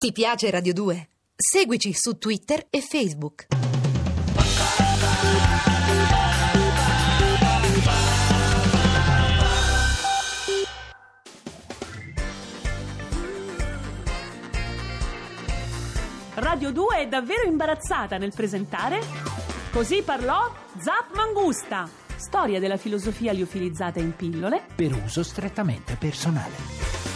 Ti piace Radio 2? Seguici su Twitter e Facebook. Radio 2 è davvero imbarazzata nel presentare Così parlò Zap Mangusta, storia della filosofia liofilizzata in pillole per uso strettamente personale.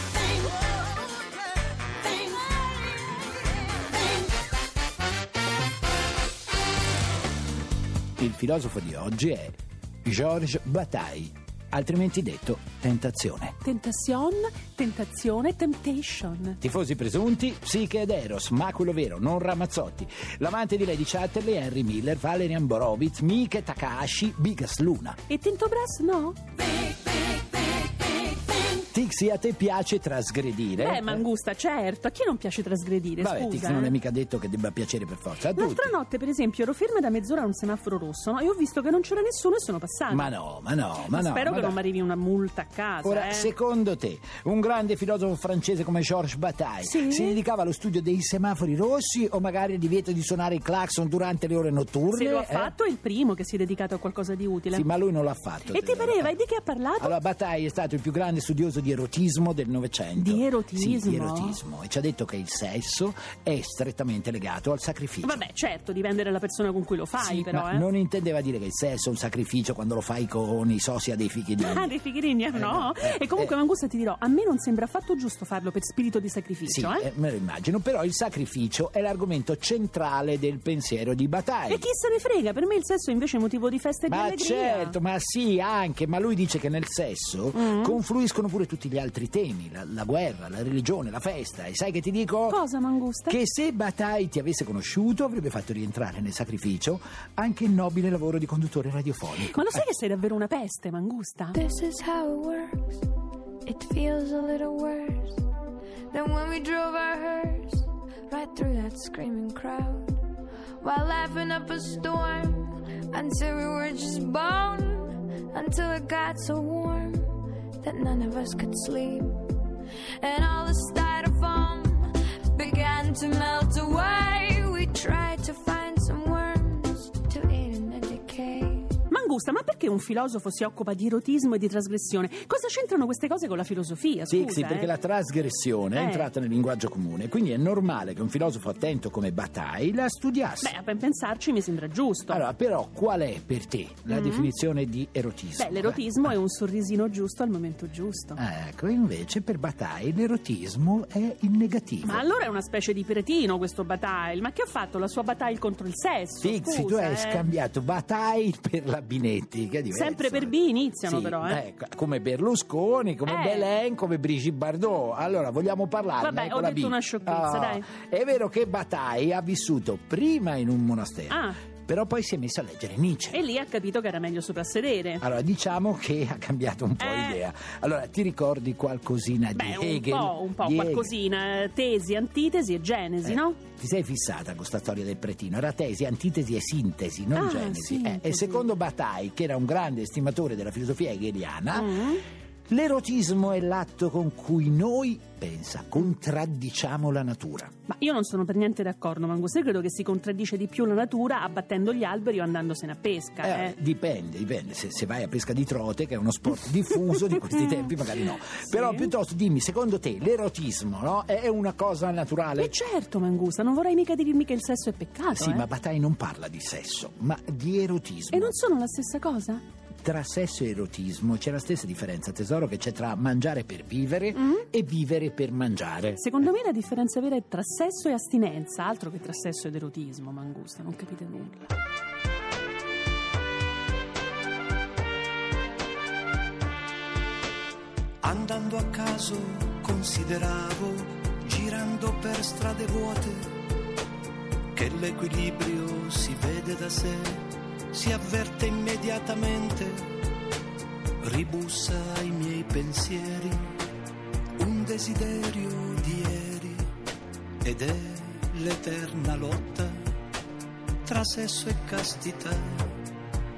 Il filosofo di oggi è Georges Bataille, altrimenti detto tentazione. Tentazione, temptation. Tifosi presunti, Psiche ed Eros, ma quello vero, non Ramazzotti. L'amante di Lady Chatterley, Henry Miller, Valerian Borowitz, Mike Takahashi, Bigas Luna. E Tinto Brass no? Tixi, a te piace trasgredire? Mangusta, certo. A chi non piace trasgredire, Vabbè, scusa? Tixi non è mica detto che debba piacere per forza a tutti. L'altra notte, per esempio, ero ferma da mezz'ora a un semaforo rosso, no? E ho visto che non c'era nessuno e sono passata. Ma no. Spero che dai. non mi arrivi una multa a casa. Ora, secondo te, un grande filosofo francese come Georges Bataille si dedicava allo studio dei semafori rossi o magari al divieto di suonare il clacson durante le ore notturne? Se lo ha fatto è il primo che si è dedicato a qualcosa di utile. Sì, ma lui non l'ha fatto. E ti pareva? E di che ha parlato? Allora, Bataille è stato il più grande studioso di erotismo del Novecento. Di erotismo? Sì, di erotismo. E ci ha detto che il sesso è strettamente legato al sacrificio. Vabbè, certo, dipende dalla persona con cui lo fai, sì, però, ma non intendeva dire che il sesso è un sacrificio quando lo fai con i sosia dei fichidini. Ah, dei fichidini, no? E comunque, Mangusta, ti dirò, a me non sembra affatto giusto farlo per spirito di sacrificio, Sì, me lo immagino, però il sacrificio è l'argomento centrale del pensiero di Bataille. E chi se ne frega? Per me il sesso è invece motivo di festa e di allegria. Ma certo, ma sì, anche, ma lui dice che nel sesso confluiscono pure tutti gli altri temi, la guerra, la religione, la festa. E sai che ti dico? Cosa, Mangusta? Che se Bataille ti avesse conosciuto avrebbe fatto rientrare nel sacrificio anche il nobile lavoro di conduttore radiofonico. Ma lo sai che sei davvero una peste, Mangusta? This is how it works. It feels a little worse than when we drove our hearse right through that screaming crowd while laughing up a storm until we were just bone, until it got so warm that none of us could sleep. And all the styrofoam began to melt away. We tried to find some worms to eat in the decay. Mangusta, ma perché un filosofo si occupa di erotismo e di trasgressione? Cosa c'entrano queste cose con la filosofia? Scusa, Sì, perché la trasgressione è entrata nel linguaggio comune, quindi è normale che un filosofo attento come Bataille la studiasse. Beh, a ben pensarci mi sembra giusto. Allora, però, qual è per te la definizione di erotismo? Beh, l'erotismo è un sorrisino giusto al momento giusto. Ecco, invece per Bataille l'erotismo è il negativo. Ma allora è una specie di pretino questo Bataille. Ma che ha fatto la sua Bataille contro il sesso? Tixi, tu hai scambiato Bataille per la Binetti, che è diverso. Sempre per B iniziano, sì, però, ecco, come Berlusconi, come Belen, come Brigitte Bardot. Allora, vogliamo parlare? Vabbè, ho detto una sciocchezza, dai. È vero che Bataille ha vissuto prima in un monastero, però poi si è messo a leggere Nietzsche. E lì ha capito che era meglio soprassedere. Allora, diciamo che ha cambiato un po' idea. Allora, ti ricordi qualcosina di Hegel? Un po', qualcosina. Tesi, antitesi e genesi, no? Ti sei fissata con questa storia del pretino? Era tesi, antitesi e sintesi, non genesi. E secondo Bataille, che era un grande estimatore della filosofia hegeliana, l'erotismo è l'atto con cui noi, pensa, contraddiciamo la natura. Ma io non sono per niente d'accordo, Mangusta. Io credo che si contraddice di più la natura abbattendo gli alberi o andandosene a pesca. Dipende. Se vai a pesca di trote, che è uno sport diffuso di questi tempi, magari no. Sì. Però piuttosto dimmi, secondo te l'erotismo, no, è una cosa naturale? E certo, Mangusta, non vorrei mica dirmi che il sesso è peccato. Sì, ma Bataille non parla di sesso, ma di erotismo. E non sono la stessa cosa? Tra sesso e erotismo c'è la stessa differenza, tesoro, che c'è tra mangiare per vivere e vivere per mangiare. Secondo me la differenza vera è tra sesso e astinenza, altro che tra sesso ed erotismo, Mangusta, non capite nulla. Andando a caso consideravo, girando per strade vuote, che l'equilibrio si vede da sé, si avverte immediatamente, ribussa ai miei pensieri un desiderio di ieri, ed è l'eterna lotta tra sesso e castità,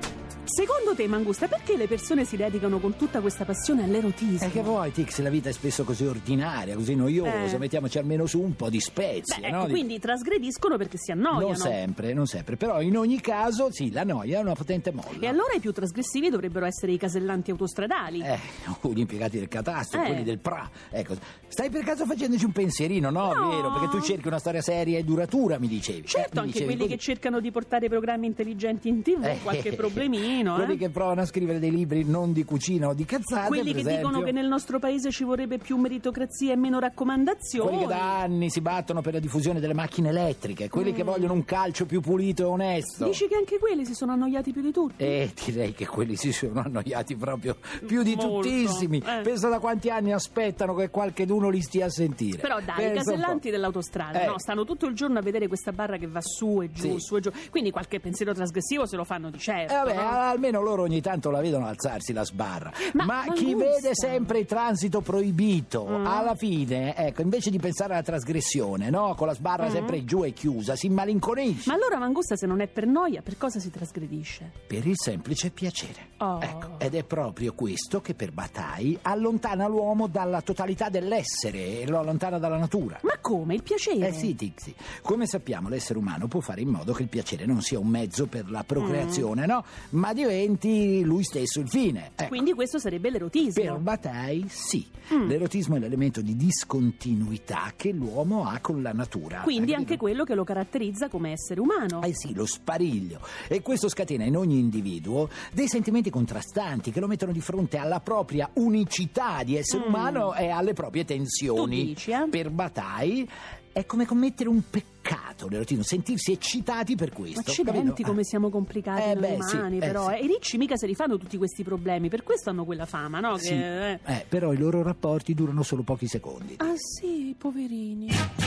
Secondo te, Mangusta, perché le persone si dedicano con tutta questa passione all'erotismo? Che vuoi, Tix, la vita è spesso così ordinaria, così noiosa, mettiamoci almeno su un po' di spezie. Beh, no? Quindi trasgrediscono perché si annoiano. Non sempre, però in ogni caso, sì, la noia è una potente molla. E allora i più trasgressivi dovrebbero essere i casellanti autostradali. Gli impiegati del catasto, quelli del PRA. Ecco, stai per caso facendoci un pensierino, no? Vero? Perché tu cerchi una storia seria e duratura, mi dicevi. Certo, anche quelli che cercano di portare programmi intelligenti in TV, qualche problemino. Quelli che provano a scrivere dei libri non di cucina o di cazzate. Quelli per che esempio. dicono che nel nostro paese ci vorrebbe più meritocrazia e meno raccomandazioni. Quelli che da anni si battono per la diffusione delle macchine elettriche. Quelli che vogliono un calcio più pulito e onesto. Dici che anche quelli si sono annoiati più di tutti? Direi che quelli si sono annoiati proprio più di Molto. tuttissimi. Pensa da quanti anni aspettano che qualcheduno li stia a sentire. Però dai, i casellanti dell'autostrada no? Stanno tutto il giorno a vedere questa barra che va su e giù, su e giù. Quindi qualche pensiero trasgressivo se lo fanno di certo. Almeno loro ogni tanto la vedono alzarsi la sbarra. Ma chi vede sempre il transito proibito, alla fine, ecco, invece di pensare alla trasgressione, no? Con la sbarra sempre giù e chiusa, si malinconisce. Ma allora, Mangusta, se non è per noia, per cosa si trasgredisce? Per il semplice piacere. Oh. Ecco, ed è proprio questo che per Bataille allontana l'uomo dalla totalità dell'essere e lo allontana dalla natura. Ma come? Il piacere? Sì, Tixi. Come sappiamo, l'essere umano può fare in modo che il piacere non sia un mezzo per la procreazione, no? Ma diventi lui stesso il fine. Ecco. Quindi questo sarebbe l'erotismo. Per Bataille, sì. L'erotismo è l'elemento di discontinuità che l'uomo ha con la natura. Quindi anche quello che lo caratterizza come essere umano. Sì, lo spariglio. E questo scatena in ogni individuo dei sentimenti contrastanti che lo mettono di fronte alla propria unicità di essere umano e alle proprie tensioni. Tu dici, Per Bataille è come commettere un peccato l'erotismo, sentirsi eccitati per questo. Accidenti, come siamo complicati noi umani, sì, però. sì. I ricci mica se li fanno tutti questi problemi, per questo hanno quella fama, no? Sì. Però i loro rapporti durano solo pochi secondi. Ah sì, poverini.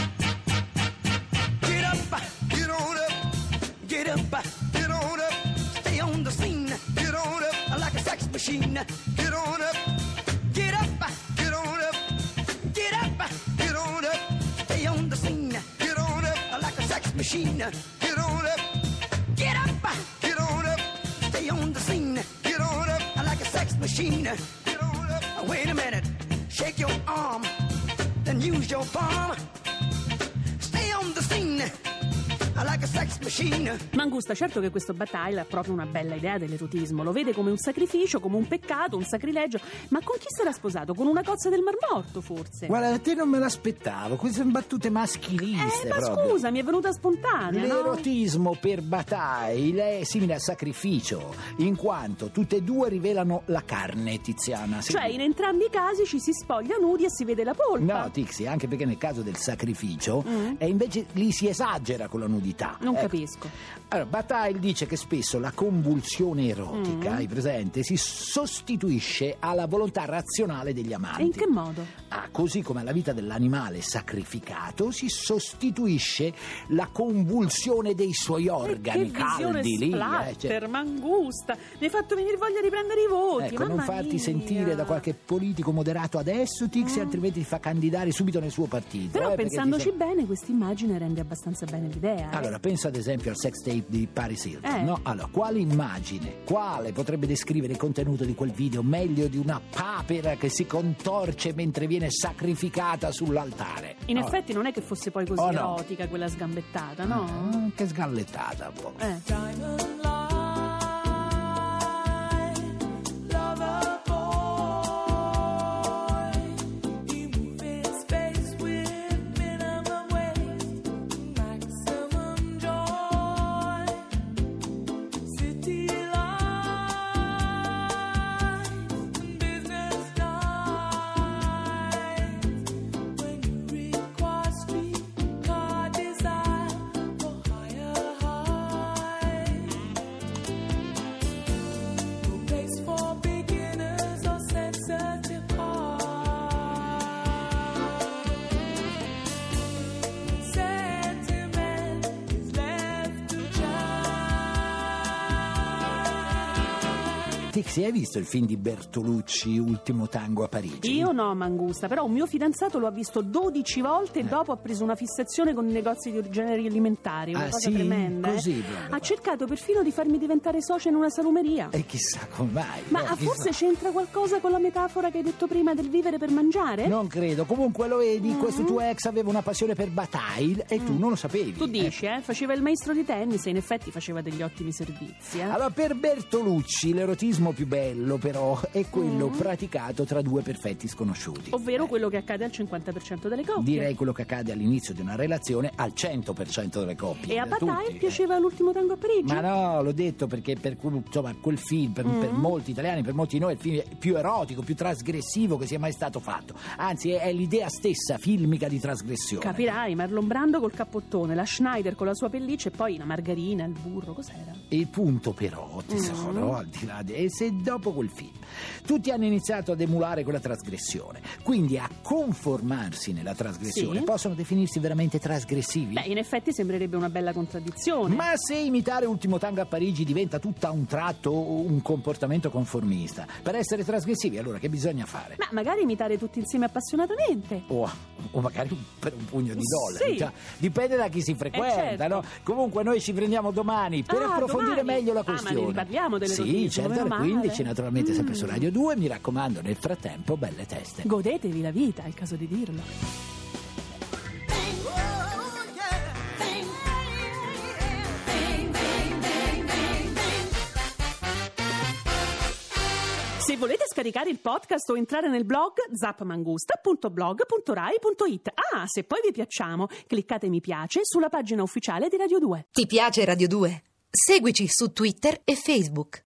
Get up, get on up, get up, get on up, stay on the scene, get on up like a sex machine, get on up, get up, get on up, get up, get on up, stay on the scene, get on up like a sex machine, get on up, get up, get on up, stay on the scene, get on up like a sex machine, get on up. Wait a minute, shake your arm, then use your palm. Stay on the scene like a sex machine. Mangusta, certo che questo Bataille ha proprio una bella idea dell'erotismo. Lo vede come un sacrificio, come un peccato, un sacrilegio. Ma con chi sarà sposato? Con una cozza del Mar Morto, forse? Guarda, te non me l'aspettavo. Queste sono battute maschiliste ma proprio. scusa, mi è venuta spontanea, no? L'erotismo per Bataille è simile al sacrificio, in quanto tutte e due rivelano la carne, Tiziana. Cioè, in entrambi i casi ci si spoglia nudi e si vede la polpa. No, Tixi, anche perché nel caso del sacrificio e invece lì si esagera con la nudità. Non capisco. Allora, Bataille dice che spesso la convulsione erotica, hai presente, si sostituisce alla volontà razionale degli amanti. E in che modo? Così come alla vita dell'animale sacrificato si sostituisce la convulsione dei suoi organi caldi lì. Splatter, Mangusta, mi hai fatto venire voglia di prendere i voti. Ecco, non farti sentire da qualche politico moderato adesso, Tixi, altrimenti ti fa candidare subito nel suo partito. Però pensandoci bene, questa immagine rende abbastanza bene l'idea. Allora, pensa ad esempio al sex tape di Paris Hilton, no? Allora, quale immagine, quale potrebbe descrivere il contenuto di quel video meglio di una papera che si contorce mentre viene sacrificata sull'altare? In effetti non è che fosse poi così erotica quella sgambettata, no? Che sgallettata, un po'. Tixi, hai visto il film di Bertolucci, Ultimo tango a Parigi? Io no, Mangusta, però un mio fidanzato lo ha visto 12 volte e dopo ha preso una fissazione con i negozi di generi alimentari, una cosa sì? tremenda. Così, Ha cercato perfino di farmi diventare socia in una salumeria. E chissà come mai. Ma chissà. forse c'entra qualcosa con la metafora che hai detto prima del vivere per mangiare? Non credo, comunque lo vedi, questo tuo ex aveva una passione per Bataille e tu non lo sapevi. Tu dici, faceva il maestro di tennis e in effetti faceva degli ottimi servizi. Allora, per Bertolucci l'erotismo più bello però è quello praticato tra due perfetti sconosciuti. Ovvero quello che accade al 50% delle coppie. Direi quello che accade all'inizio di una relazione al 100% delle coppie. E a Bataille tutti, piaceva l'ultimo tango a Parigi? Ma no, l'ho detto perché insomma, quel film per molti italiani, per molti di noi è il film più erotico, più trasgressivo che sia mai stato fatto. Anzi, è l'idea stessa filmica di trasgressione. Capirai, Marlon Brando col cappottone, la Schneider con la sua pelliccia e poi la margarina, il burro, cos'era? Il punto però, tesoro, al di là è se dopo quel film tutti hanno iniziato ad emulare quella trasgressione, quindi a conformarsi nella trasgressione, sì, possono definirsi veramente trasgressivi? Beh, in effetti sembrerebbe una bella contraddizione. Ma se imitare Ultimo tango a Parigi diventa tutto a un tratto un comportamento conformista, per essere trasgressivi allora che bisogna fare? Ma magari imitare tutti insieme appassionatamente. O magari per un pugno di dollari, Sì. cioè, dipende da chi si frequenta, certo. no? Comunque noi ci prendiamo domani per approfondire domani? meglio la Ma ne questione. riparliamo dell'erotismo, Sì, certo, meno alle male. 15 naturalmente sempre su Radio 2, mi raccomando, nel frattempo belle teste. Godetevi la vita, è il caso di dirlo. Se volete scaricare il podcast o entrare nel blog zapmangusta.blog.rai.it. Se poi vi piacciamo, cliccate mi piace sulla pagina ufficiale di Radio 2. Ti piace Radio 2? Seguici su Twitter e Facebook.